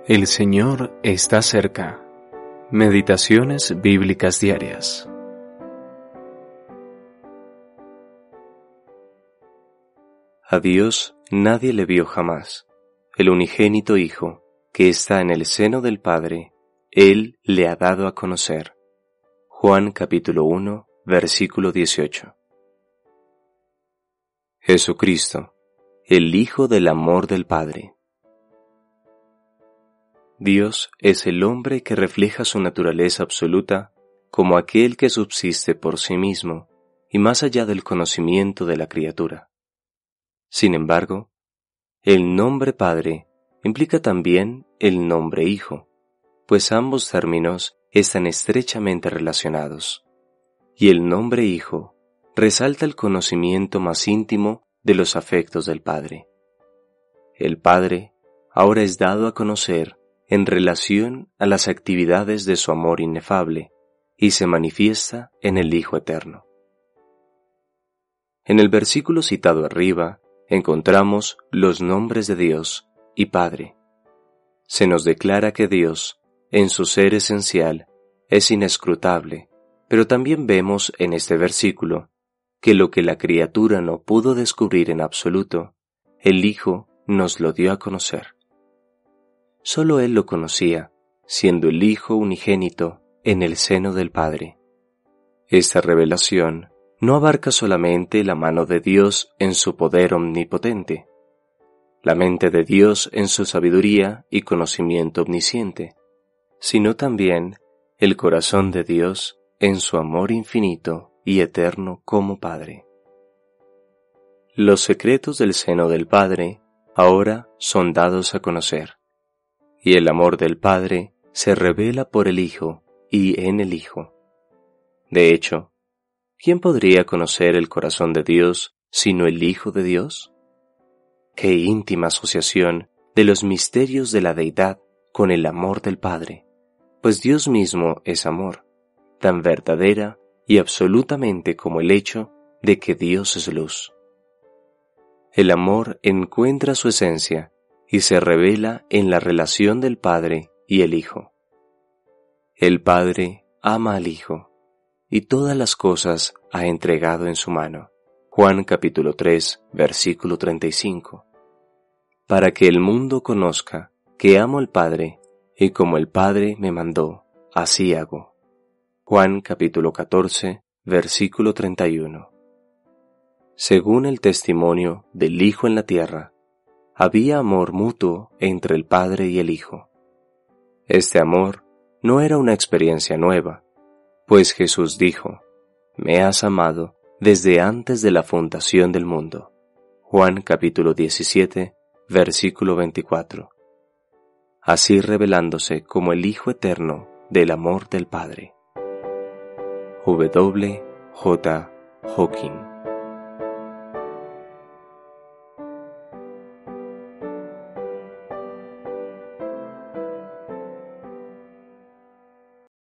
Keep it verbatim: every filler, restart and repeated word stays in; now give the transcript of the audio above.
El Señor está cerca. Meditaciones bíblicas diarias. A Dios nadie le vio jamás. El unigénito Hijo, que está en el seno del Padre, Él le ha dado a conocer. Juan capítulo uno, versículo dieciocho. Jesucristo, el Hijo del amor del Padre. Dios es el hombre que refleja su naturaleza absoluta como aquel que subsiste por sí mismo y más allá del conocimiento de la criatura. Sin embargo, el nombre Padre implica también el nombre Hijo, pues ambos términos están estrechamente relacionados, y el nombre Hijo resalta el conocimiento más íntimo de los afectos del Padre. El Padre ahora es dado a conocer en relación a las actividades de su amor inefable y se manifiesta en el Hijo eterno. En el versículo citado arriba encontramos los nombres de Dios y Padre. Se nos declara que Dios, en su ser esencial, es inescrutable, pero también vemos en este versículo que lo que la criatura no pudo descubrir en absoluto, el Hijo nos lo dio a conocer. Solo Él lo conocía, siendo el Hijo unigénito en el seno del Padre. Esta revelación no abarca solamente la mano de Dios en su poder omnipotente, la mente de Dios en su sabiduría y conocimiento omnisciente, sino también el corazón de Dios en su amor infinito y eterno como Padre. Los secretos del seno del Padre ahora son dados a conocer, y el amor del Padre se revela por el Hijo y en el Hijo. De hecho, ¿quién podría conocer el corazón de Dios sino el Hijo de Dios? ¡Qué íntima asociación de los misterios de la deidad con el amor del Padre! Pues Dios mismo es amor, tan verdadera y absolutamente como el hecho de que Dios es luz. El amor encuentra su esencia y se revela en la relación del Padre y el Hijo. El Padre ama al Hijo, y todas las cosas ha entregado en su mano. Juan capítulo tres, versículo treinta y cinco. Para que el mundo conozca que amo al Padre, y como el Padre me mandó, así hago. Juan capítulo catorce, versículo treinta y uno. Según el testimonio del Hijo en la tierra, había amor mutuo entre el Padre y el Hijo. Este amor no era una experiencia nueva, pues Jesús dijo, «Me has amado desde antes de la fundación del mundo». Juan capítulo diecisiete, versículo veinticuatro. Así revelándose como el Hijo eterno del amor del Padre. W. J. Hawking.